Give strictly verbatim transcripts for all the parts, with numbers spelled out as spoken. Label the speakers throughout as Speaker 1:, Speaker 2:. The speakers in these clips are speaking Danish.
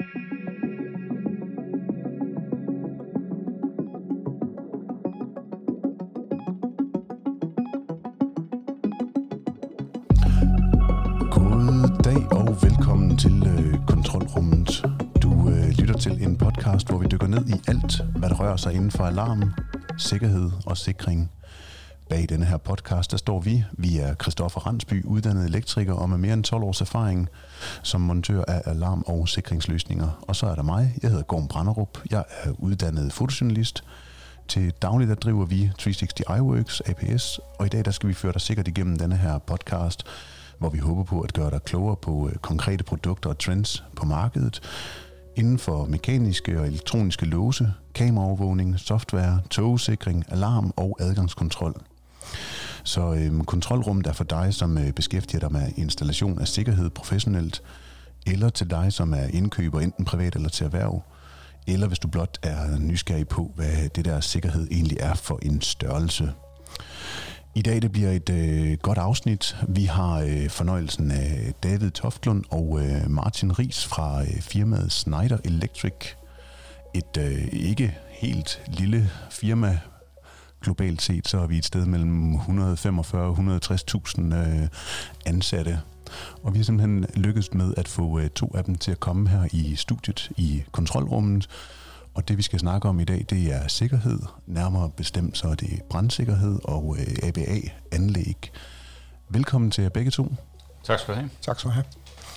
Speaker 1: Goddag og velkommen til øh, Kontrolrummet. Du øh, lytter til en podcast, hvor vi dykker ned i alt, hvad der rører sig inden for alarm, sikkerhed og sikring. Bag denne her podcast, der står vi. Vi er Christoffer Randsby, uddannet elektriker og med mere end tolv års erfaring som montør af alarm- og sikringsløsninger. Og så er der mig. Jeg hedder Gorm Branderup. Jeg er uddannet fotojournalist. Til daglig der driver vi tre seks nul iWorks A P S, og i dag der skal vi føre dig sikkert igennem denne her podcast, hvor vi håber på at gøre dig klogere på øh, konkrete produkter og trends på markedet inden for mekaniske og elektroniske låse, kameraovervågning, software, togsikring, alarm og adgangskontrol. Så øh, kontrolrummet er for dig, som øh, beskæftiger dig med installation af sikkerhed professionelt, eller til dig, som er indkøber enten privat eller til erhverv, eller hvis du blot er nysgerrig på, hvad det der sikkerhed egentlig er for en størrelse. I dag det bliver et øh, godt afsnit. Vi har øh, fornøjelsen af David Toftlund og øh, Martin Riis fra øh, firmaet Schneider Electric. Et øh, ikke helt lille firma. Globalt set så er vi et sted mellem et hundrede og femogfyrre og et hundrede og tres tusind øh, ansatte. Og vi har simpelthen lykkedes med at få øh, to af dem til at komme her i studiet i kontrolrummet. Og det vi skal snakke om i dag, det er sikkerhed. Nærmere bestemt så er det brandsikkerhed og øh, A B A-anlæg. Velkommen til jer begge to.
Speaker 2: Tak skal du have.
Speaker 3: Tak skal du have.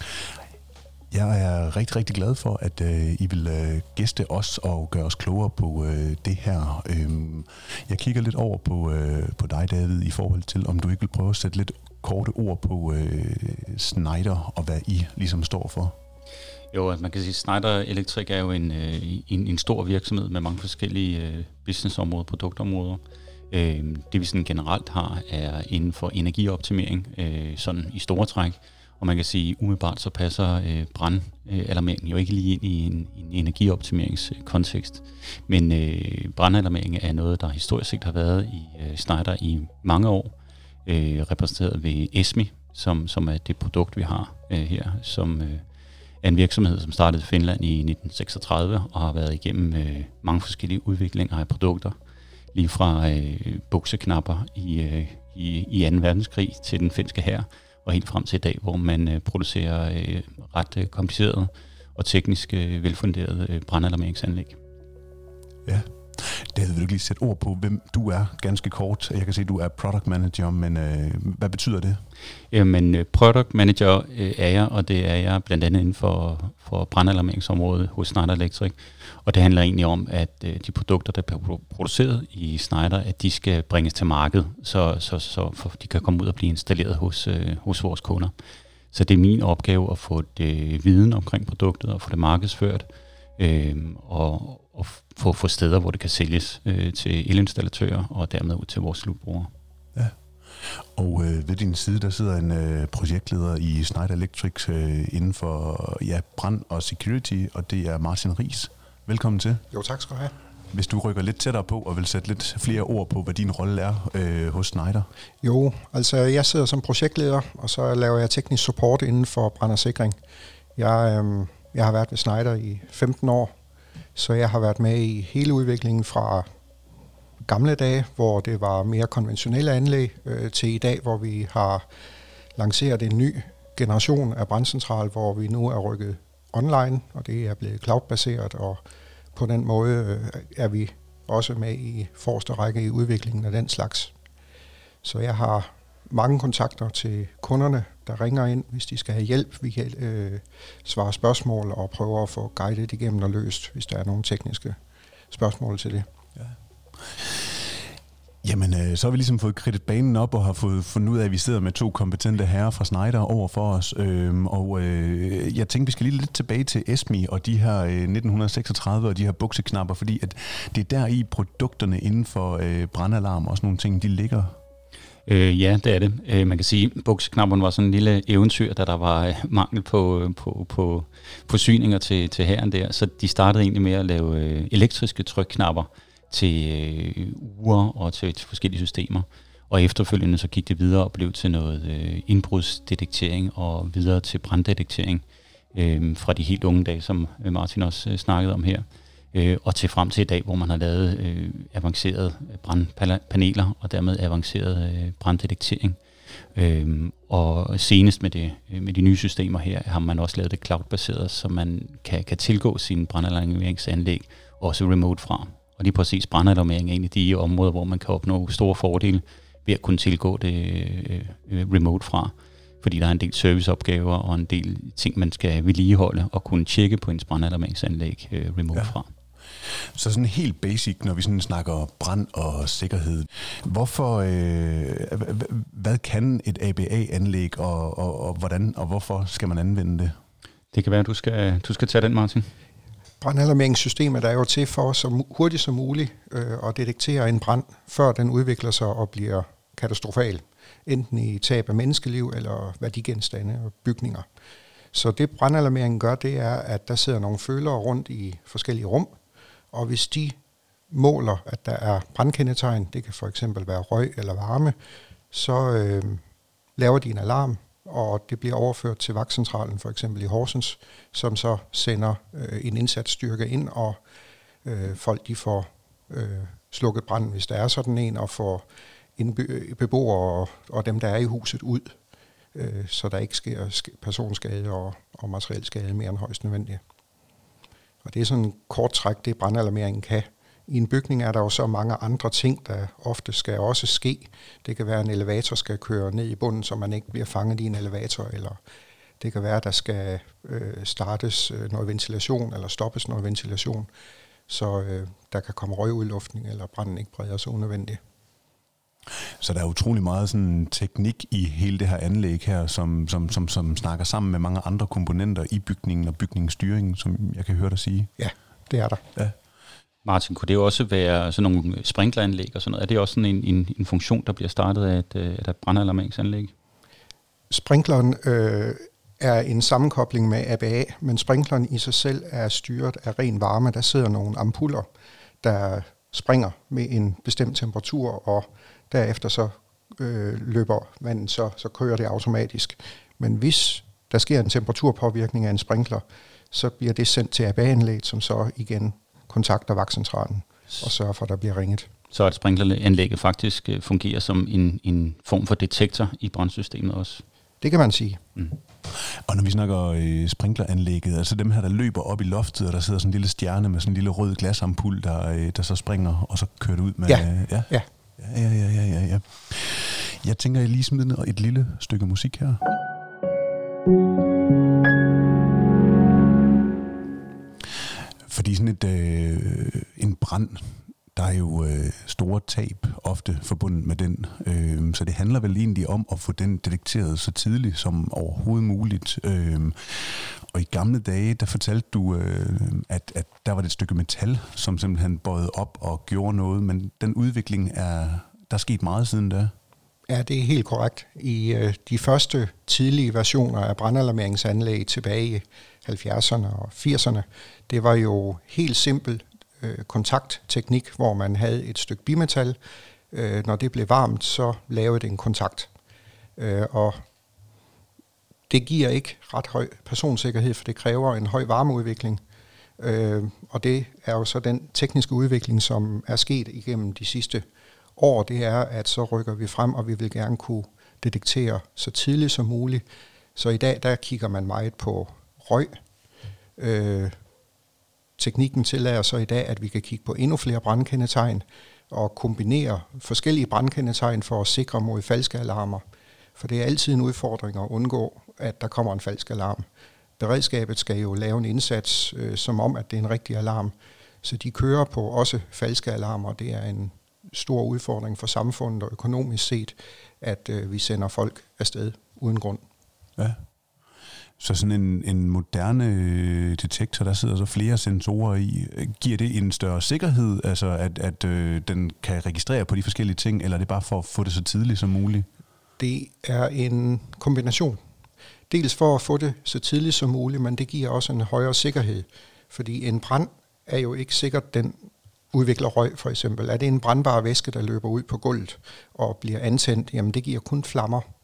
Speaker 1: Jeg er rigtig, rigtig glad for, at øh, I vil øh, gæste os og gøre os klogere på øh, det her. Øhm, jeg kigger lidt over på, øh, på dig, David, i forhold til, om du ikke vil prøve at sætte lidt korte ord på øh, Schneider og hvad I ligesom står for.
Speaker 2: Jo, man kan sige, at Schneider Electric er jo en, en, en stor virksomhed med mange forskellige businessområder, produktområder. Det vi sådan generelt har, er inden for energioptimering, sådan i store træk. Og man kan sige, umiddelbart så passer brandalarmering jo ikke lige ind i en, en energioptimeringskontekst. Men brandalarmering er noget, der historisk set har været i Schneider i mange år, repræsenteret ved ESMI, som, som er det produkt, vi har her, som er en virksomhed, som startede i Finland i nitten seksogtredive og har været igennem øh, mange forskellige udviklinger af produkter. Lige fra øh, bukseknapper i, øh, i, i anden verdenskrig til den finske hær, og helt frem til i dag, hvor man øh, producerer øh, ret øh, komplicerede og teknisk øh, velfunderede øh, brandalarmeringsanlæg.
Speaker 1: Ja. David, vil du lige sætte ord på, hvem du er, ganske kort? Jeg kan se, at du er product manager, men øh, hvad betyder det?
Speaker 2: Jamen, product manager øh, er jeg, og det er jeg blandt andet inden for, for brandalarmeringsområdet hos Schneider Electric. Og det handler egentlig om, at øh, de produkter, der bliver produceret i Schneider, at de skal bringes til markedet, så, så, så for de kan komme ud og blive installeret hos, øh, hos vores kunder. Så det er min opgave at få det viden omkring produktet og få det markedsført, øh, og og få, få steder, hvor det kan sælges øh, til elinstallatører og dermed ud til vores slutbrugere.
Speaker 1: Ja. Og øh, ved din side, der sidder en øh, projektleder i Schneider Electric øh, inden for ja, brand og security, og det er Martin Riis. Velkommen til.
Speaker 3: Jo, tak skal du have.
Speaker 1: Hvis du rykker lidt tættere på og vil sætte lidt flere ord på, hvad din rolle er øh, hos Schneider.
Speaker 3: Jo, altså jeg sidder som projektleder, og så laver jeg teknisk support inden for brand og sikring. Jeg, øh, jeg har været ved Schneider i femten år, så jeg har været med i hele udviklingen fra gamle dage, hvor det var mere konventionelle anlæg, øh, til i dag, hvor vi har lanceret en ny generation af brandcentral, hvor vi nu er rykket online, og det er blevet cloud-baseret, og på den måde øh, er vi også med i forreste række i udviklingen af den slags. Så jeg har mange kontakter til kunderne, der ringer ind, hvis de skal have hjælp. Vi kan øh, svare spørgsmål og prøve at få guidet igennem og løst, hvis der er nogle tekniske spørgsmål til det.
Speaker 1: Ja. Jamen, øh, så har vi ligesom fået kridtet banen op og har fået fundet ud af, at vi sidder med to kompetente herrer fra Schneider over for os. Øhm, og øh, jeg tænkte, vi skal lige lidt tilbage til ESMI og de her øh, nitten seksogtredive og de her bukseknapper, fordi at det er der i produkterne inden for øh, brandalarm og sådan nogle ting, de ligger.
Speaker 2: Øh, ja, det er det. Øh, man kan sige, at bukseknapperne var sådan en lille eventyr, da der var øh, mangel på, på, på forsyninger til, til hæren der. Så de startede egentlig med at lave øh, elektriske trykknapper til øh, ure og til, til forskellige systemer. Og efterfølgende så gik det videre og blev til noget øh, indbrudsdetektering og videre til branddetektering. øh, fra de helt unge dage, som Martin også øh, snakkede om her, øh, og til frem til i dag, hvor man har lavet øh, avancerede brandpaneler og dermed avanceret øh, branddetektering. Øh, og senest med, det, med de nye systemer her, har man også lavet det cloud-baseret, så man kan, kan tilgå sine brandalarmeringsanlæg også remote fra. Og lige præcis brandalarmering er en af de områder, hvor man kan opnå store fordele ved at kunne tilgå det øh, remote fra. Fordi der er en del serviceopgaver og en del ting, man skal vedligeholde og kunne tjekke på ens brandalarmeringsanlæg øh, remote ja. fra.
Speaker 1: Så sådan helt basic, når vi sådan snakker brand og sikkerhed. Hvorfor, øh, hvad kan et A B A-anlæg, og, og, og hvordan og hvorfor skal man anvende det?
Speaker 2: Det kan være, at du skal, du skal tage den, Martin.
Speaker 3: Brandalarmeringssystemet er jo til for så hurtigt som muligt øh, at detektere en brand, før den udvikler sig og bliver katastrofal. Enten i tab af menneskeliv eller værdigenstande og bygninger. Så det brandalarmeringen gør, det er, at der sidder nogle følere rundt i forskellige rum, og hvis de måler, at der er brandkendetegn, det kan for eksempel være røg eller varme, så øh, laver de en alarm, og det bliver overført til vagtcentralen, for eksempel i Horsens, som så sender øh, en indsatsstyrke ind, og øh, folk de får øh, slukket branden, hvis der er sådan en, og får beboere og, og dem, der er i huset ud, øh, så der ikke sker personskade og, og materiel skade mere end højst nødvendigt. Og det er sådan en kort træk, det brandalarmeringen kan. I en bygning er der jo så mange andre ting, der ofte skal også ske. Det kan være, at en elevator skal køre ned i bunden, så man ikke bliver fanget i en elevator, eller det kan være, at der skal øh, startes noget ventilation, eller stoppes noget ventilation, så øh, der kan komme røgudluftning, eller branden ikke breder sig unødvendigt.
Speaker 1: Så der er utrolig meget sådan teknik i hele det her anlæg her, som, som, som, som snakker sammen med mange andre komponenter i bygningen og bygningsstyringen, som jeg kan høre dig sige.
Speaker 3: Ja, det er der. Ja.
Speaker 2: Martin, kunne det jo også være sådan nogle sprinkleranlæg og sådan noget? Er det også sådan en, en, en funktion, der bliver startet af et, et, et brandalarmeringsanlæg?
Speaker 3: Sprinkleren øh, er en sammenkobling med A B A, men sprinkleren i sig selv er styret af ren varme. Der sidder nogle ampuller, der springer med en bestemt temperatur, og derefter så øh, løber vandet, så, så kører det automatisk. Men hvis der sker en temperaturpåvirkning af en sprinkler, så bliver det sendt til A B A-anlægget, som så igen kontakter vagtcentralen og sørger for, at der bliver ringet.
Speaker 2: Så at sprinkleranlægget faktisk fungerer som en, en form for detektor i brandsystemet også?
Speaker 3: Det kan man sige. Mm.
Speaker 1: Og når vi snakker øh, sprinkleranlægget, altså dem her, der løber op i loftet, og der sidder sådan en lille stjerne med sådan en lille rød glasampul, der, øh, der så springer, og så kører det ud med...
Speaker 3: Ja,
Speaker 1: øh, ja.
Speaker 3: ja.
Speaker 1: Ja, ja, ja, ja, ja, ja. Jeg tænker, jeg lige smider ned et lille stykke musik her. Fordi sådan et, øh, en brand, der er jo øh, store tab ofte forbundet med den. Øh, så det handler vel egentlig om at få den detekteret så tidligt som overhovedet muligt. Øh, og i gamle dage, der fortalte du, øh, at, at der var det et stykke metal, som simpelthen bøjede op og gjorde noget. Men den udvikling er, der er sket meget siden da.
Speaker 3: Ja, det er helt korrekt. I øh, de første tidlige versioner af brandalarmeringsanlæg tilbage i halvfjerdserne og firserne, det var jo helt simpel øh, kontaktteknik, hvor man havde et stykke bimetal. Øh, når det blev varmt, så lavede det en kontakt. Øh, og det giver ikke ret høj personsikkerhed, for det kræver en høj varmeudvikling. Øh, og det er jo så den tekniske udvikling, som er sket igennem de sidste år, det er, at så rykker vi frem, og vi vil gerne kunne detektere så tidligt som muligt. Så i dag, der kigger man meget på røg. Øh, teknikken tillader så i dag, at vi kan kigge på endnu flere brandkendetegn og kombinere forskellige brandkendetegn for at sikre mod falske alarmer. For det er altid en udfordring at undgå, at der kommer en falsk alarm. Beredskabet skal jo lave en indsats, øh, som om, at det er en rigtig alarm. Så de kører på også falske alarmer. Det er en stor udfordring for samfundet og økonomisk set, at øh, vi sender folk afsted uden grund.
Speaker 1: Ja. Så sådan en, en moderne detektor, der sidder så flere sensorer i, giver det en større sikkerhed, altså at, at øh, den kan registrere på de forskellige ting, eller er det bare for at få det så tidligt som muligt?
Speaker 3: Det er en kombination. Dels for at få det så tidligt som muligt, men det giver også en højere sikkerhed, fordi en brand er jo ikke sikkert, den udvikler røg for eksempel. Er det en brandbar væske, der løber ud på gulvet og bliver antændt, jamen det giver kun flammer.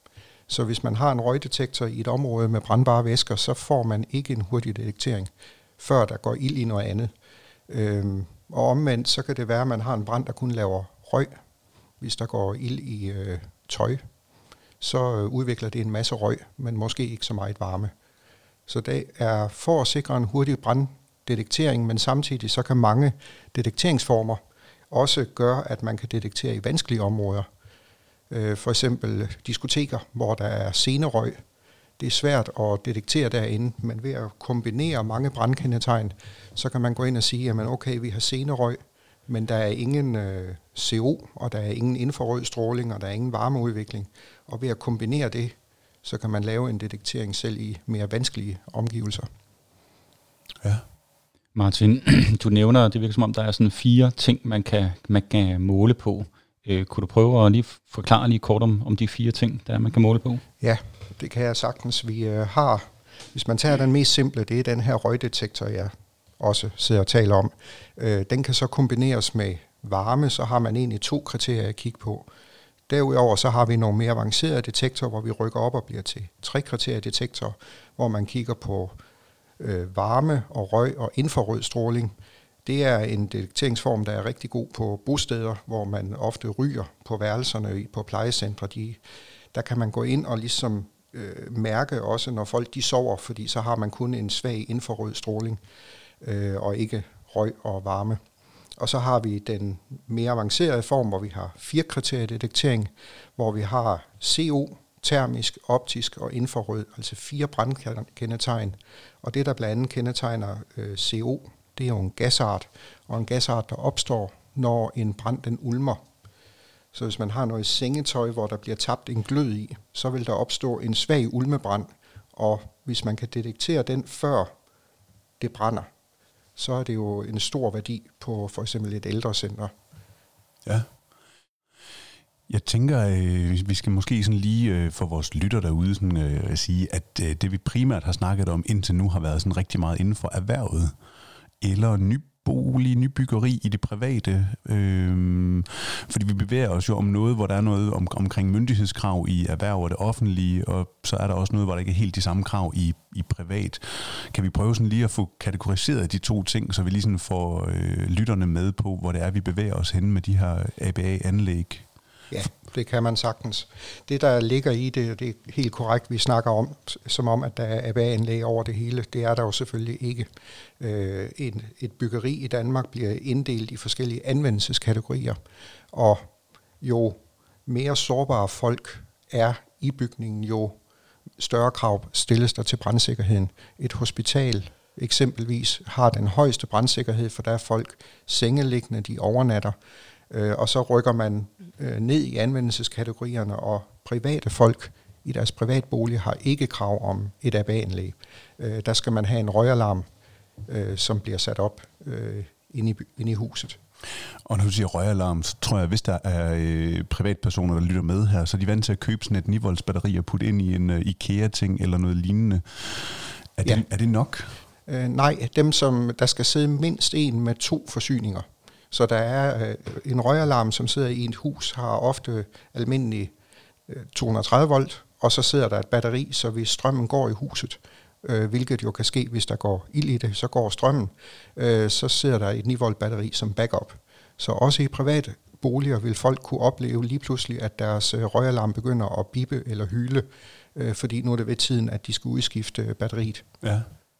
Speaker 3: Så hvis man har en røgdetektor i et område med brandbare væsker, så får man ikke en hurtig detektering, før der går ild i noget andet. Øhm, og omvendt, så kan det være, at man har en brand, der kun laver røg. Hvis der går ild i øh, tøj, så øh, udvikler det en masse røg, men måske ikke så meget varme. Så det er for at sikre en hurtig branddetektering, men samtidig så kan mange detekteringsformer også gøre, at man kan detektere i vanskelige områder. Øh, for eksempel diskoteker, hvor der er scenerøg. Det er svært at detektere derinde, men ved at kombinere mange brandkendetegn, så kan man gå ind og sige, at okay, vi har scenerøg, men der er ingen øh, C O, og der er ingen infrarød stråling, og der er ingen varmeudvikling. Og ved at kombinere det, så kan man lave en detektering selv i mere vanskelige omgivelser.
Speaker 2: Ja. Martin, du nævner, det virker som om, der er sådan fire ting, man kan, man kan måle på. Øh, kunne du prøve at lige forklare lige kort om, om de fire ting, der man kan måle på?
Speaker 3: Ja, det kan jeg sagtens. Vi øh, har, hvis man tager den mest simple, det er den her røgdetektor, jeg også sidder og taler om. Øh, den kan så kombineres med varme, så har man egentlig to kriterier at kigge på. Derudover så har vi nogle mere avancerede detektorer, hvor vi rykker op og bliver til tre kriterier detektorer, hvor man kigger på øh, varme og røg og infrarød stråling. Det er en detekteringsform, der er rigtig god på bosteder, hvor man ofte ryger på værelserne på plejecentre. De, der kan man gå ind og ligesom øh, mærke også, når folk de sover, fordi så har man kun en svag infrarød stråling øh, og ikke røg og varme. Og så har vi den mere avancerede form, hvor vi har fire kriterier detektering, hvor vi har C O, termisk, optisk og infrarød, altså fire brandkendetegn. Og det, der blandt andet kendetegner øh, C O, det er jo en gasart, og en gasart, der opstår, når en brand den ulmer. Så hvis man har noget sengetøj, hvor der bliver tabt en glød i, så vil der opstå en svag ulmebrand, og hvis man kan detektere den, før det brænder, så er det jo en stor værdi på for eksempel et ældrecenter.
Speaker 1: Ja. Jeg tænker, øh, vi skal måske sådan lige øh, for vores lytter derude sådan, øh, sige, at øh, det vi primært har snakket om indtil nu har været sådan rigtig meget inden for erhvervet, eller nybolig, nybyggeri i det private. Øh, fordi vi bevæger os jo om noget, hvor der er noget om, omkring myndighedskrav i erhverv og det offentlige, og så er der også noget, hvor der ikke er helt de samme krav i, i privat. Kan vi prøve sådan lige at få kategoriseret de to ting, så vi lige sådan får øh, lytterne med på, hvor det er, vi bevæger os hen med de her A B A-anlæg?
Speaker 3: Ja, det kan man sagtens. Det, der ligger i det, det er helt korrekt, vi snakker om, som om, at der er A B A-anlæg over det hele. Det er der jo selvfølgelig ikke. Øh, en, et byggeri i Danmark bliver inddelt i forskellige anvendelseskategorier, og jo mere sårbare folk er i bygningen, jo større krav stilles der til brandsikkerheden. Et hospital eksempelvis har den højeste brandsikkerhed, for der er folk sengeliggende, de overnatter, og så rykker man ned i anvendelseskategorierne, og private folk i deres privatbolig har ikke krav om et A B A-anlæg. Der skal man have en røgalarm, som bliver sat op inde i, inde i huset.
Speaker 1: Og når du siger røgalarm, så tror jeg, hvis der er øh, privatpersoner, der lytter med her, så er de vant til at købe sådan et ni volts batteri og putte ind i en uh, IKEA-ting eller noget lignende. Er det, ja. er det nok?
Speaker 3: Øh, nej, dem som der skal sidde mindst en med to forsyninger. Så der er øh, en røgalarm, som sidder i et hus, har ofte almindelig øh, to hundrede og tredive volt, og så sidder der et batteri, så hvis strømmen går i huset, øh, hvilket jo kan ske, hvis der går ild i det, så går strømmen, øh, så sidder der et ni volt batteri som backup. Så også i private boliger vil folk kunne opleve lige pludselig, at deres øh, røgalarm begynder at bippe eller hyle, øh, fordi nu er det ved tiden, at de skal udskifte batteriet.
Speaker 1: Ja.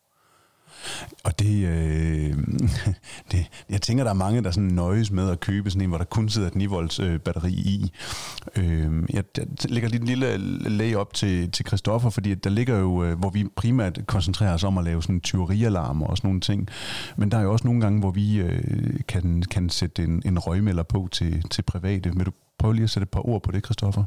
Speaker 1: Og det, øh, det, jeg tænker, der er mange, der sådan nøjes med at købe sådan en, hvor der kun sidder et ni volts øh, batteri i. Øh, jeg lægger lige en lille lag op til, til Christoffer, fordi der ligger jo, øh, hvor vi primært koncentrerer os om at lave sådan tyverialarmer og sådan nogle ting. Men der er jo også nogle gange, hvor vi øh, kan, kan sætte en, en røgmelder på til, til private. Vil du prøve lige at sætte et par ord på det, Christoffer?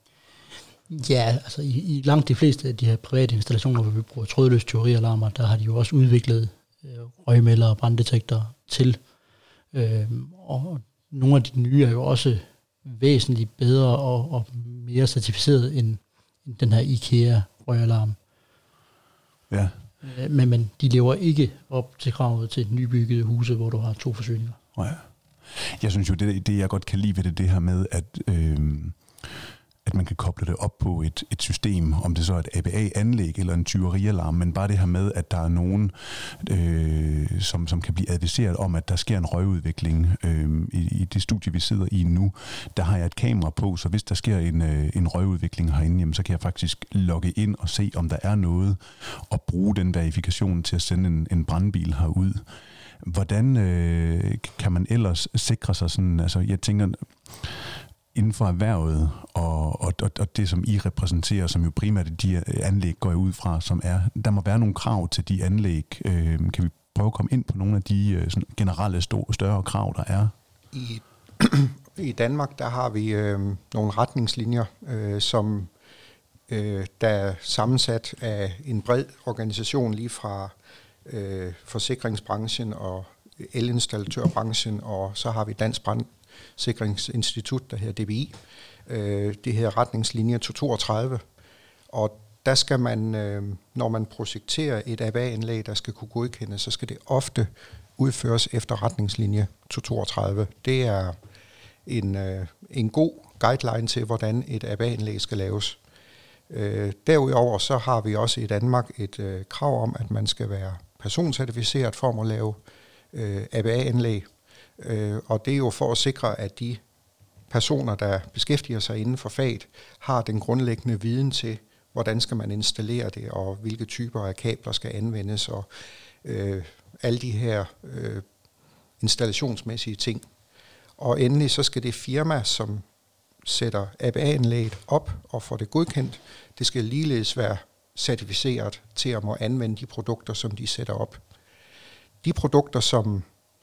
Speaker 4: Ja, altså i, i langt de fleste af de her private installationer, hvor vi bruger trådløse tyverialarmer, der har de jo også udviklet øh, røgmelder og branddetektorer til. Øh, og nogle af de nye er jo også væsentligt bedre og, og mere certificeret end, end den her IKEA-røgalarm.
Speaker 1: Ja.
Speaker 4: Øh, men, men de lever ikke op til kravet til nybyggede huse, hvor du har to forsyninger.
Speaker 1: Ja. Jeg synes jo, det, det jeg godt kan lide ved det, det her med, at... Øh at man kan koble det op på et, et system, om det så er et A B A-anlæg eller en tyverialarm, men bare det her med, at der er nogen, øh, som, som kan blive adviseret om, at der sker en røgudvikling. Øh, i, I det studie, vi sidder i nu, der har jeg et kamera på, så hvis der sker en, øh, en røgudvikling herinde, jamen, så kan jeg faktisk logge ind og se, om der er noget, og bruge den verifikation til at sende en, en brandbil herud. Hvordan øh, kan man ellers sikre sig sådan, altså jeg tænker, inden for erhvervet og, og, og det, som I repræsenterer, som jo primært de anlæg går ud fra, som er, der må være nogle krav til de anlæg. Øh, kan vi prøve at komme ind på nogle af de sådan generelle store, større krav, der er?
Speaker 3: I, i Danmark, der har vi øh, nogle retningslinjer, øh, som øh, der er sammensat af en bred organisation, lige fra øh, forsikringsbranchen og elinstallatørbranchen, og så har vi Dansk Brandsikringsinstitut, der hedder D B I. Øh, det hedder retningslinje to toogtredive, og der skal man, øh, når man projekterer et A B A-anlæg, der skal kunne godkendes, så skal det ofte udføres efter retningslinje to toogtredive. Det er en, øh, en god guideline til, hvordan et A B A-anlæg skal laves. Øh, derudover så har vi også i Danmark et øh, krav om, at man skal være personcertificeret for at lave øh, A B A-anlæg. Øh, og det er jo for at sikre, at de personer, der beskæftiger sig inden for faget, har den grundlæggende viden til, hvordan skal man installere det, og hvilke typer af kabler skal anvendes, og øh, alle de her øh, installationsmæssige ting. Og endelig så skal det firma, som sætter A B A-anlægget op og får det godkendt, det skal ligeledes være certificeret til at må anvende de produkter, som de sætter op. De produkter, som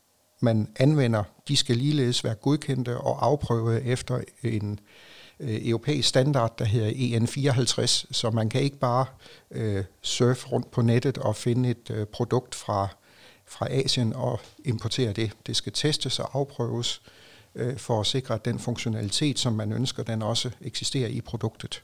Speaker 3: man anvender, de skal ligeledes være godkendte og afprøvet efter en øh, europæisk standard, der hedder E N fireoghalvtreds, så man kan ikke bare øh, surfe rundt på nettet og finde et øh, produkt fra, fra Asien og importere det. Det skal testes og afprøves øh, for at sikre, at den funktionalitet, som man ønsker, den også eksisterer i produktet.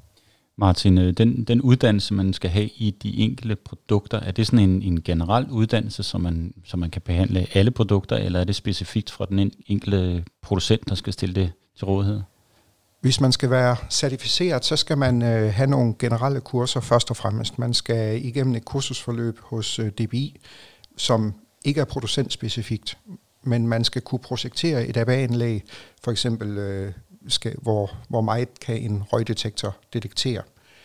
Speaker 2: Martin, den, den uddannelse, man skal have i de enkelte produkter, er det sådan en, en generel uddannelse, som man, som man kan behandle alle produkter, eller er det specifikt fra den enkelte producent, der skal stille det til rådighed?
Speaker 3: Hvis man skal være certificeret, så skal man øh, have nogle generelle kurser først og fremmest. Man skal igennem et kursusforløb hos øh, D B I, som ikke er producentspecifikt, men man skal kunne projektere et A B A-anlæg, for eksempel øh, skal, hvor, hvor meget kan en røgdetektor detektere.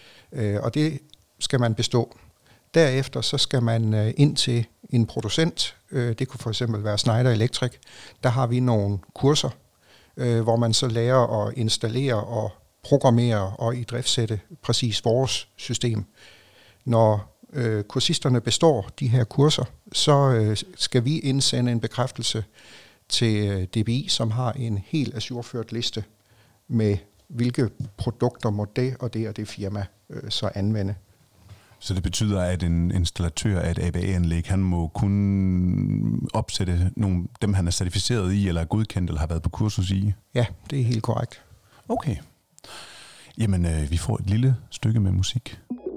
Speaker 3: Øh, og det skal man bestå. Derefter så skal man øh, ind til en producent. Øh, det kunne for eksempel være Schneider Electric. Der har vi nogle kurser, øh, hvor man så lærer at installere og programmere og i driftsætte præcis vores system. Når øh, kursisterne består de her kurser, så øh, skal vi indsende en bekræftelse til øh, D B I, som har en helt ajourført liste med, hvilke produkter må det og det og det firma øh, så anvende.
Speaker 1: Så det betyder, at en installatør af et A B A-anlæg, han må kun opsætte nogle, dem, han er certificeret i, eller er godkendt, eller har været på kursus i?
Speaker 3: Ja, det er helt korrekt.
Speaker 1: Okay. Jamen, øh, vi får et lille stykke med musik.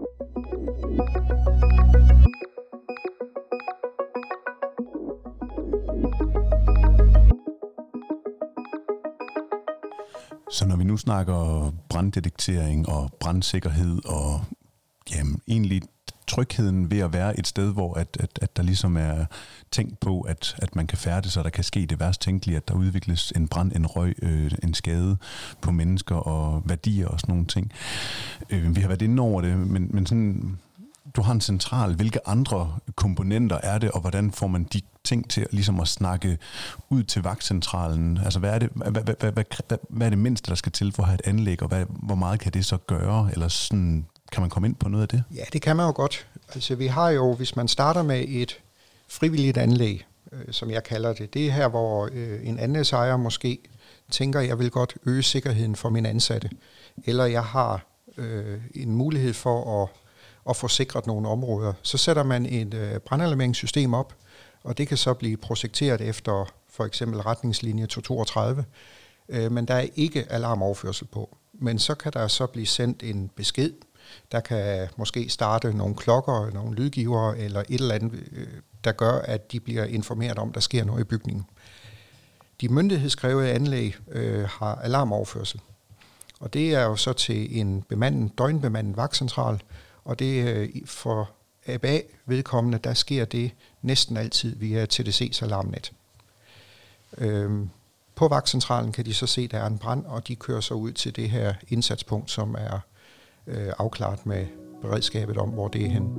Speaker 1: Så når vi nu snakker branddetektering og brandsikkerhed og jamen, egentlig trygheden ved at være et sted, hvor at, at, at der ligesom er tænkt på, at, at man kan færdes, så der kan ske det værst tænkelige, at der udvikles en brand, en røg, øh, en skade på mennesker og værdier og sådan nogle ting. Øh, vi har været inde over det, men, men sådan, du har en central. Hvilke andre komponenter er det, og hvordan får man de ting til ligesom at snakke ud til vagtcentralen? Altså, hvad er det, hvad, hvad, hvad, hvad, hvad er det mindste, der skal til for at have et anlæg, og hvad, hvor meget kan det så gøre? Eller sådan, kan man komme ind på noget af det?
Speaker 3: Ja, det kan man jo godt. Altså, vi har jo, hvis man starter med et frivilligt anlæg, øh, som jeg kalder det, det er her, hvor øh, en anlægsejer måske tænker, jeg vil godt øge sikkerheden for mine ansatte, eller jeg har øh, en mulighed for at og få sikret nogle områder. Så sætter man et øh, brandalarmeringssystem op, og det kan så blive projekteret efter for eksempel retningslinje to toogtredive, øh, men der er ikke alarmoverførsel på. Men så kan der så blive sendt en besked, der kan måske starte nogle klokker, nogle lydgivere eller et eller andet, øh, der gør, at de bliver informeret om, der sker noget i bygningen. De myndighedsskrevede anlæg øh, har alarmoverførsel, Og det er jo så til en bemandet, døgnbemandet vagtcentral, og det for A B A-vedkommende, der sker det næsten altid via T D C's alarmnet. Øhm, på vagtcentralen kan de så se, at der er en brand, og de kører så ud til det her indsatspunkt, som er øh, afklaret med beredskabet om, hvor det er henne.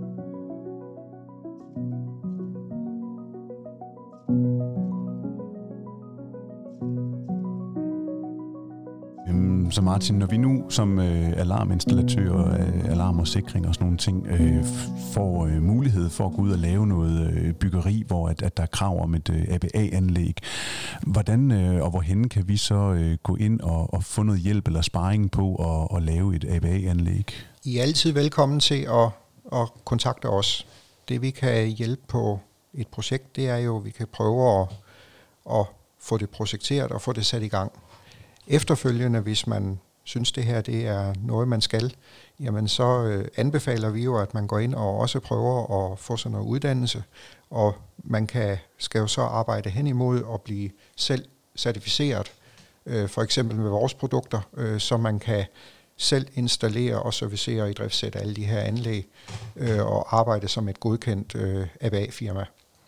Speaker 1: Så Martin, når vi nu som øh, alarminstallatør, øh, alarm og sikring og sådan nogle ting, øh, får øh, mulighed for at gå ud og lave noget øh, byggeri, hvor at, at der er krav om et øh, A B A-anlæg, hvordan øh, og hvorhen kan vi så øh, gå ind og, og få noget hjælp eller sparring på at, at lave et A B A-anlæg?
Speaker 3: I er altid velkommen til at, at kontakte os. Det vi kan hjælpe på et projekt, det er jo, at vi kan prøve at, at få det projekteret og få det sat i gang. Efterfølgende, hvis man synes, det her det er noget, man skal, jamen så øh, anbefaler vi jo, at man går ind og også prøver at få sådan noget uddannelse, og man kan, skal jo så arbejde hen imod at blive selv certificeret, øh, for eksempel med vores produkter, øh, så man kan selv installere og servicere og i driftsætte alle de her anlæg, øh, og arbejde som et godkendt øh, A B A-firma.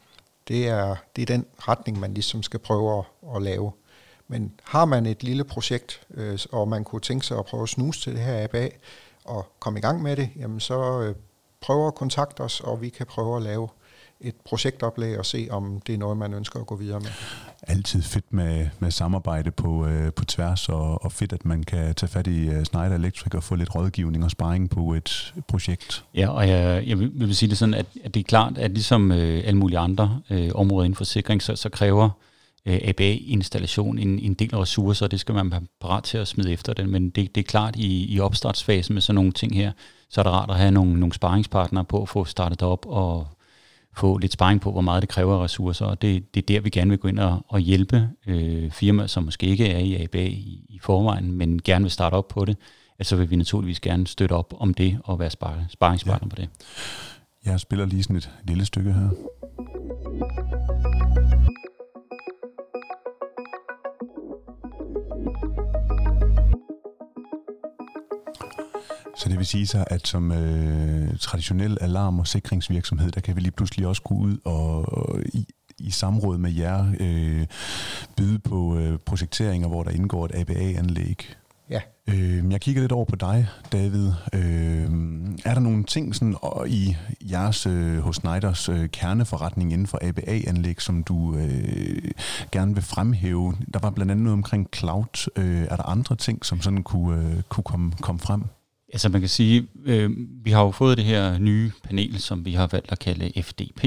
Speaker 3: Det er, det er den retning, man ligesom skal prøve at, at lave. Men har man et lille projekt, øh, og man kunne tænke sig at prøve at snuse til det her A B A og komme i gang med det, jamen så øh, prøv at kontakte os, og vi kan prøve at lave et projektoplæg og se, om det er noget, man ønsker at gå videre med.
Speaker 1: Altid fedt med, med samarbejde på, øh, på tværs, og, og fedt, at man kan tage fat i uh, Schneider Electric og få lidt rådgivning og sparring på et projekt.
Speaker 2: Ja, og jeg, jeg vil sige det sådan, at, at det er klart, at ligesom øh, alle mulige andre øh, områder inden for sikring, så, så kræver A B A-installation en, en del af ressourcer, og det skal man være parat til at smide efter den, men det, det er klart, i, i opstartsfasen med sådan nogle ting her, så er det rart at have nogle, nogle sparringspartnere på at få startet op og få lidt sparring på, hvor meget det kræver af ressourcer, og det, det er der, vi gerne vil gå ind og, og hjælpe øh, firmaer, som måske ikke er i A B A i, i forvejen, men gerne vil starte op på det, at så vil vi naturligvis gerne støtte op om det og være spar, sparringspartner ja. på det.
Speaker 1: Jeg spiller lige sådan et lille stykke her. Så det vil sige sig, at som øh, traditionel alarm- og sikringsvirksomhed, der kan vi lige pludselig også gå ud og, og i, i samråd med jer øh, byde på øh, projekteringer, hvor der indgår et A B A-anlæg.
Speaker 3: Ja.
Speaker 1: Øh, jeg kigger lidt over på dig, David. Øh, er der nogle ting sådan, i jeres øh, hos Schneiders øh, kerneforretning inden for A B A-anlæg, som du øh, gerne vil fremhæve? Der var blandt andet noget omkring cloud. Øh, er der andre ting, som sådan kunne, øh, kunne komme, komme frem?
Speaker 2: Altså man kan sige, øh, vi har jo fået det her nye panel, som vi har valgt at kalde F D P,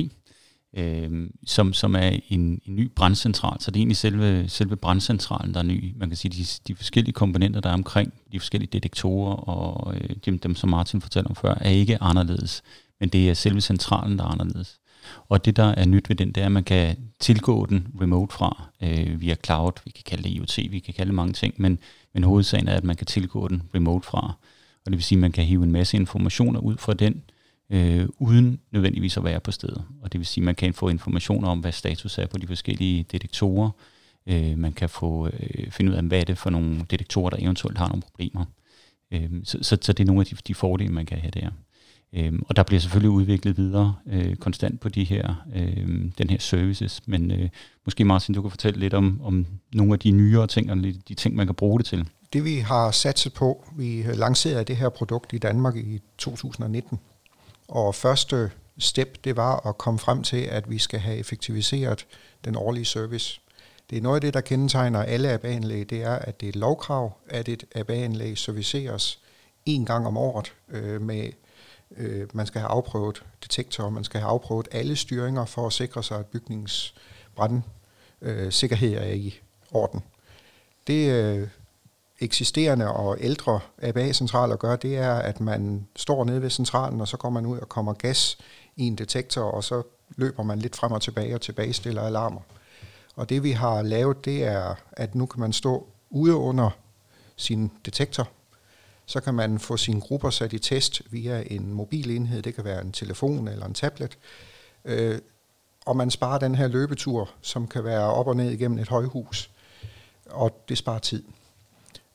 Speaker 2: øh, som, som er en, en ny brandcentral. Så det er egentlig selve, selve brandcentralen, der er ny. Man kan sige, de, de forskellige komponenter, der er omkring, de forskellige detektorer og øh, dem, dem, som Martin fortalte om før, er ikke anderledes. Men det er selve centralen, der er anderledes. Og det, der er nyt ved den, det er, at man kan tilgå den remote fra øh, via cloud. Vi kan kalde det I O T, vi kan kalde det mange ting, men, men hovedsagen er, at man kan tilgå den remote fra. Og det vil sige, at man kan hive en masse informationer ud fra den, øh, uden nødvendigvis at være på stedet. Og det vil sige, at man kan få informationer om, hvad status er på de forskellige detektorer. Øh, man kan få øh, finde ud af, hvad er det for nogle detektorer, der eventuelt har nogle problemer. Øh, så, så, så det er nogle af de, de fordele, man kan have der. Øh, og der bliver selvfølgelig udviklet videre øh, konstant på de her, øh, den her services. Men øh, måske Martin, du kan fortælle lidt om, om nogle af de nyere ting, og de ting, man kan bruge det til.
Speaker 3: Det vi har satset på, vi lancerede det her produkt i Danmark i to tusind nitten, og første step, det var at komme frem til, at vi skal have effektiviseret den årlige service. Det er noget af det, der kendetegner alle A B A-anlæg, det er, at det er et lovkrav, at et A B A-anlæg serviceres en gang om året øh, med, øh, man skal have afprøvet detektorer, man skal have afprøvet alle styringer for at sikre sig, at bygningens brandsikkerhed øh, er i orden. Det øh, eksisterende og ældre A B A-centraler gør, det er, at man står nede ved centralen, og så går man ud og kommer gas i en detektor, og så løber man lidt frem og tilbage og tilbagestiller alarmer. Og det vi har lavet, det er, at nu kan man stå ude under sin detektor, så kan man få sine grupper sat i test via en mobilenhed, det kan være en telefon eller en tablet, øh, og man sparer den her løbetur, som kan være op og ned igennem et højhus, og det sparer tid.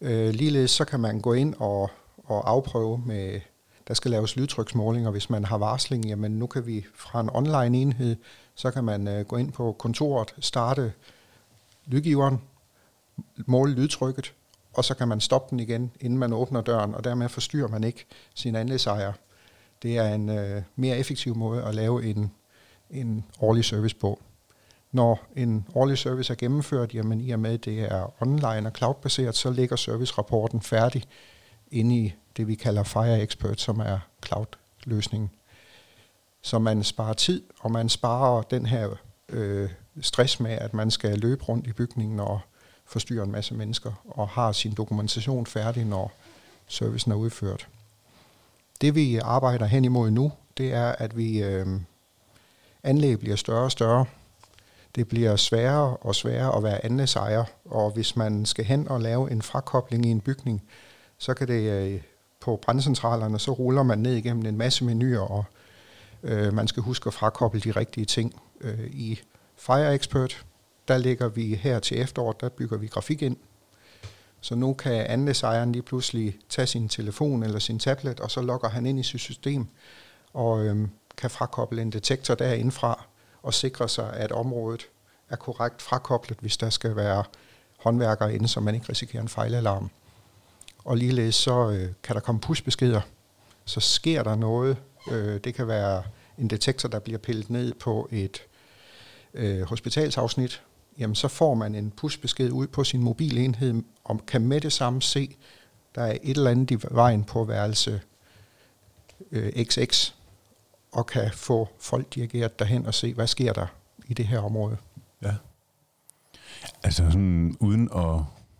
Speaker 3: Øh, ligeledes så kan man gå ind og, og afprøve med, der skal laves lydtryksmålinger, hvis man har varsling. Jamen nu kan vi fra en online enhed, så kan man øh, gå ind på kontoret, starte lydgiveren, måle lydtrykket, og så kan man stoppe den igen, inden man åbner døren, og dermed forstyrrer man ikke sin anlægsejer. Det er en øh, mere effektiv måde at lave en, en årlig service på. Når en årlig service er gennemført, jamen i og med det er online og cloudbaseret, så ligger servicerapporten færdig inde i det, vi kalder Fire Expert, som er cloud-løsningen. Så man sparer tid, og man sparer den her øh, stress med, at man skal løbe rundt i bygningen og forstyrre en masse mennesker, og har sin dokumentation færdig, når servicen er udført. Det vi arbejder hen imod nu, det er, at vi øh, anlæg bliver større og større. Det bliver sværere og sværere at være anlægsejer, og hvis man skal hen og lave en frakobling i en bygning, så kan det øh, på brandcentralerne, så ruller man ned igennem en masse menuer, og øh, man skal huske at frakoble de rigtige ting. Øh, I Fire Expert, der ligger vi her til efteråret, der bygger vi grafik ind. Så nu kan anlægsejeren lige pludselig tage sin telefon eller sin tablet, og så logger han ind i sit system, og øh, kan frakoble en detektor derindefra, og sikre sig, at området er korrekt frakoblet, hvis der skal være håndværkere inde, så man ikke risikerer en fejlalarm. Og ligeledes så øh, kan der komme pushbeskeder. Så sker der noget. Øh, det kan være en detektor, der bliver pillet ned på et øh, hospitalsafsnit. Jamen så får man en pushbesked ud på sin mobilenhed, og kan med det samme se, der er et eller andet i vejen på værelse øh, X X, og kan få folk dirigeret derhen og se, hvad sker der i det her område.
Speaker 1: Ja. Altså sådan, uden at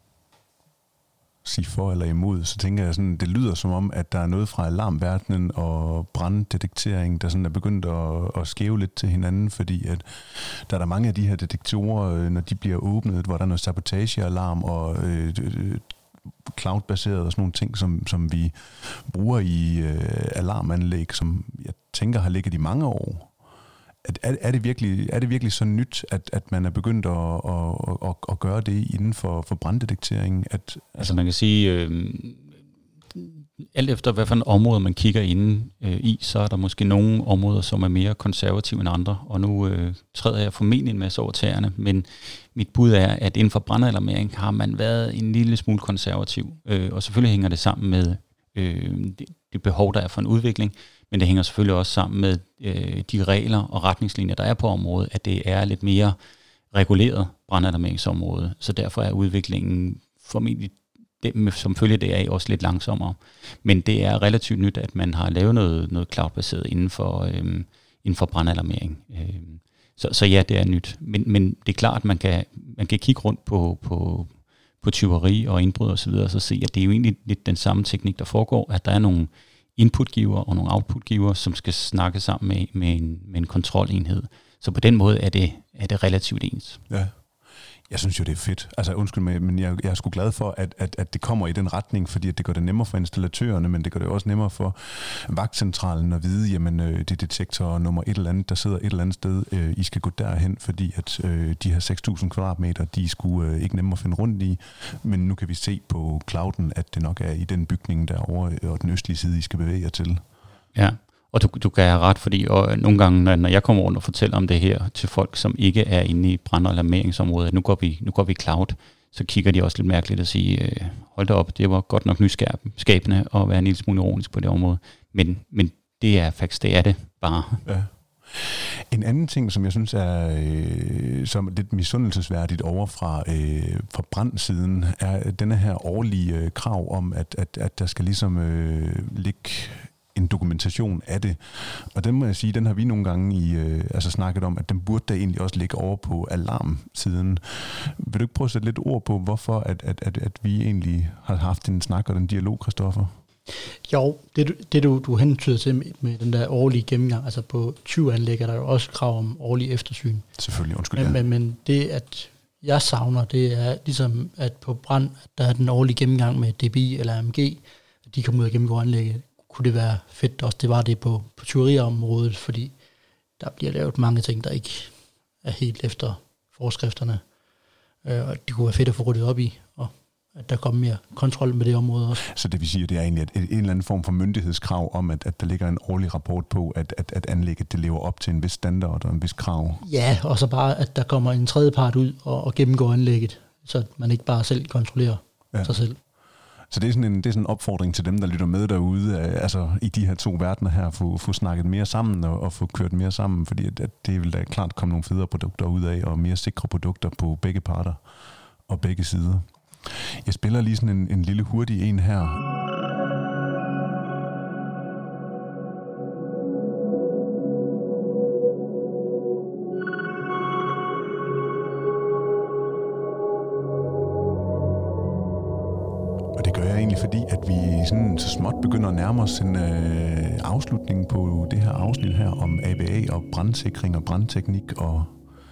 Speaker 1: sige for eller imod, så tænker jeg sådan, det lyder som om, at der er noget fra alarmverdenen og branddetektering, der sådan er begyndt at, at skæve lidt til hinanden, fordi at der er der mange af de her detektorer, når de bliver åbnet, hvor der er noget sabotagealarm og øh, cloud-baseret og sådan nogle ting, som, som vi bruger i øh, alarmanlæg, som jeg tænker har ligget i mange år. Er, er, det virkelig, er det virkelig så nyt, at, at man er begyndt at, at, at, at gøre det inden for, for branddetektering? At, altså,
Speaker 2: altså man kan sige, øh, alt efter hvad for en område man kigger inde øh, i, så er der måske nogle områder, som er mere konservative end andre, og nu øh, træder jeg formentlig en masse over tæerne, men mit bud er, at inden for brandalarmering har man været en lille smule konservativ, øh, og selvfølgelig hænger det sammen med øh, det, det behov, der er for en udvikling, men det hænger selvfølgelig også sammen med øh, de regler og retningslinjer, der er på området, at det er lidt mere reguleret brandalarmeringsområde, så derfor er udviklingen formentlig det, som følge deraf også lidt langsommere. Men det er relativt nyt, at man har lavet noget, noget cloud-baseret inden for, øhm, inden for brandalarmering. Øhm, så, så ja, det er nyt. Men, men det er klart, at man kan, man kan kigge rundt på, på, på tyveri og indbrud og så videre, og så se, at det er jo egentlig lidt den samme teknik, der foregår, at der er nogle inputgiver og nogle outputgiver, som skal snakke sammen med, med, en, med en kontrolenhed. Så på den måde er det, er det relativt ens.
Speaker 1: Ja. Jeg synes jo, det er fedt. Altså undskyld mig, men jeg, jeg er sgu glad for, at, at, at det kommer i den retning, fordi at det gør det nemmere for installatørerne, men det gør det også nemmere for vagtcentralen at vide, jamen øh, det er detektor nummer et eller andet, der sidder et eller andet sted. Øh, I skal gå derhen, fordi at øh, de her seks tusind kvadratmeter, de skulle øh, ikke nemmere finde rundt i, men nu kan vi se på clouden, at det nok er i den bygning derovre, og den østlige side, I skal bevæge jer til.
Speaker 2: Ja. Og du, du kan have ret, fordi og nogle gange, når jeg kommer rundt og fortæller om det her til folk, som ikke er inde i brandalarmeringsområdet, at nu går vi, nu går vi cloud, så kigger de også lidt mærkeligt og siger, øh, hold da op, det var godt nok nyskabende at være en lille smule ironisk på det område. Men, men det er faktisk, det er det bare.
Speaker 1: Ja. En anden ting, som jeg synes er øh, som lidt misundelsesværdigt over fra, øh, fra brandsiden, er denne her årlige øh, krav om, at, at, at der skal ligesom øh, ligge en dokumentation af det. Og den må jeg sige, den har vi nogle gange i, øh, altså snakket om, at den burde da egentlig også ligge over på alarmsiden. Vil du ikke prøve at sætte lidt ord på, hvorfor at, at, at, at vi egentlig har haft en snak og den dialog, Christoffer?
Speaker 4: Jo, det, det du, du hentyder til med, med den der årlige gennemgang, altså på tyve anlæg er der jo også krav om årlig eftersyn.
Speaker 1: Selvfølgelig, undskyld.
Speaker 4: Men,
Speaker 1: ja.
Speaker 4: men, men det, at jeg savner, det er ligesom, at på brand, der er den årlige gennemgang med D B I eller M G, at de kommer ud og gennemgår anlægget. Kunne det være fedt også, det var det på, på tyveriområdet, fordi der bliver lavet mange ting, der ikke er helt efter forskrifterne. Øh, og det kunne være fedt at få ryddet op i. Og at der kommer mere kontrol med det område også.
Speaker 1: Så det vil sige, at det er egentlig et, et, en eller anden form for myndighedskrav om, at, at der ligger en årlig rapport på, at, at, at anlægget det lever op til en vis standard og en vis krav?
Speaker 4: Ja, og så bare, at der kommer en tredje part ud og, og gennemgår anlægget, så man ikke bare selv kontrollerer ja. sig selv.
Speaker 1: Så det er, sådan en, det er sådan en opfordring til dem, der lytter med derude, altså i de her to verdener her, at få, få snakket mere sammen og, og få kørt mere sammen, fordi at, at det vil da klart komme nogle federe produkter ud af, og mere sikre produkter på begge parter og begge sider. Jeg spiller lige sådan en, en lille hurtig en her. Og det gør jeg egentlig, fordi at vi sådan så småt begynder at nærme os en øh, afslutning på det her afsnit her om A B A og brandsikring og brandteknik, og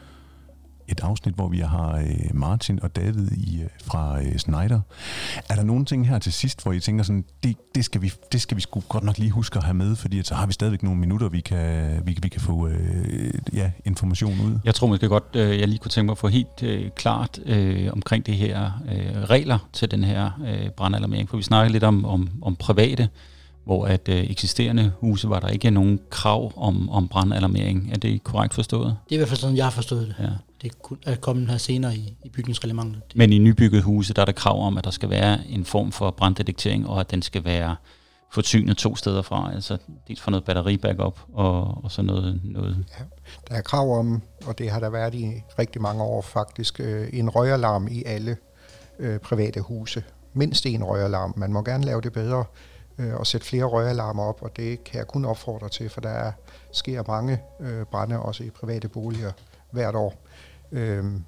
Speaker 1: et afsnit, hvor vi har øh, Martin og David i, øh, fra øh, Schneider. Er der nogle ting her til sidst, hvor I tænker sådan, det, det, skal, vi, det skal vi sgu godt nok lige huske at have med, fordi at så har vi stadigvæk nogle minutter, vi kan, vi, vi kan få øh, ja, information ud?
Speaker 2: Jeg tror måske godt, øh, jeg lige kunne tænke mig at få helt øh, klart øh, omkring det her øh, regler til den her øh, brandalarmering, for vi snakker lidt om, om, om private, hvor at øh, eksisterende huse var der ikke nogen krav om, om brandalarmering. Er det korrekt forstået?
Speaker 4: Det er i hvert fald sådan, jeg har forstået det.
Speaker 2: Ja.
Speaker 4: Det er kommet her senere i, i bygningsreglementet.
Speaker 2: Men i nybygget huse, der er der krav om, at der skal være en form for branddetektering, og at den skal være forsynet to steder fra. Altså dels for noget batteri-backup, og, og så noget... noget.
Speaker 3: Ja, der er krav om, og det har der været i rigtig mange år faktisk, øh, en røgalarm i alle øh, private huse. Mindst en røgalarm. Man må gerne lave det bedre øh, og sætte flere røgalarmer op, og det kan jeg kun opfordre til, for der er, sker mange øh, brande også i private boliger hvert år. Øhm,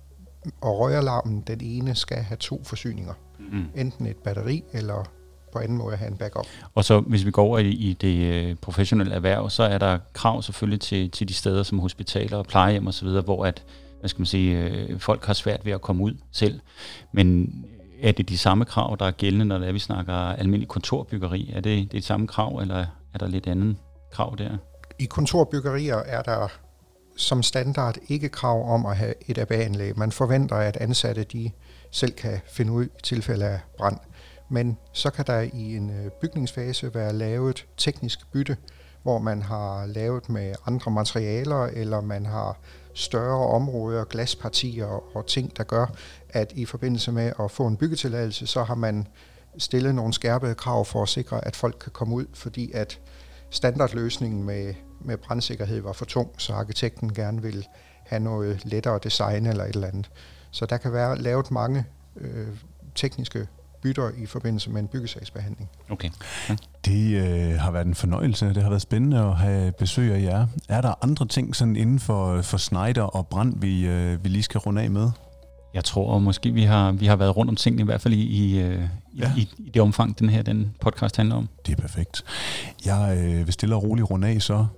Speaker 3: og røgalarmen, den ene skal have to forsyninger. Mm. Enten et batteri, eller på anden måde have en backup.
Speaker 2: Og så hvis vi går over i, i det øh, professionelle erhverv, så er der krav selvfølgelig til, til de steder som hospitaler og plejehjem osv., hvor at, hvad skal man sige, øh, folk har svært ved at komme ud selv. Men er det de samme krav, der er gældende, når det er, vi snakker almindelig kontorbyggeri? Er det det samme krav, eller er der lidt andet krav der?
Speaker 3: I kontorbyggerier er der som standard ikke krav om at have et A B A-anlæg. Man forventer, at ansatte de selv kan finde ud i tilfælde af brand. Men så kan der i en bygningsfase være lavet teknisk bytte, hvor man har lavet med andre materialer, eller man har større områder, glaspartier og ting, der gør, at i forbindelse med at få en byggetilladelse, så har man stillet nogle skærpede krav for at sikre, at folk kan komme ud, fordi at standardløsningen med, med brandsikkerhed var for tung, så arkitekten gerne vil have noget lettere design eller et eller andet. Så der kan være lavet mange øh, tekniske bytter i forbindelse med en byggesagsbehandling.
Speaker 2: Okay. Ja.
Speaker 1: Det øh, har været en fornøjelse. Det har været spændende at have besøg af jer. Er der andre ting sådan inden for, for Schneider og brand, vi, øh, vi lige skal runde af med?
Speaker 2: Jeg tror måske, vi har, vi har været rundt om tingene, i hvert fald i, i, ja. i, i det omfang, den her den podcast handler om.
Speaker 1: Det er perfekt. Jeg øh, vil stille og roligt runde af så.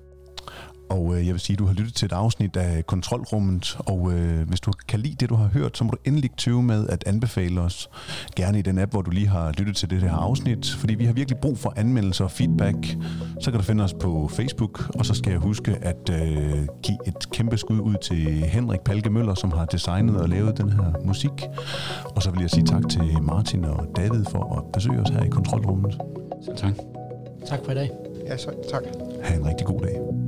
Speaker 1: Og øh, jeg vil sige, at du har lyttet til et afsnit af Kontrolrummet, og øh, hvis du kan lide det, du har hørt, så må du endelig tøve med at anbefale os, gerne i den app, hvor du lige har lyttet til det her afsnit, fordi vi har virkelig brug for anmeldelser og feedback. Så kan du finde os på Facebook, og så skal jeg huske at øh, give et kæmpe skud ud til Henrik Palke Møller, som har designet og lavet den her musik. Og så vil jeg sige tak til Martin og David for at besøge os her i Kontrolrummet.
Speaker 2: Selv tak.
Speaker 4: Tak for i dag.
Speaker 3: Ja, så tak.
Speaker 1: Ha' en rigtig god dag.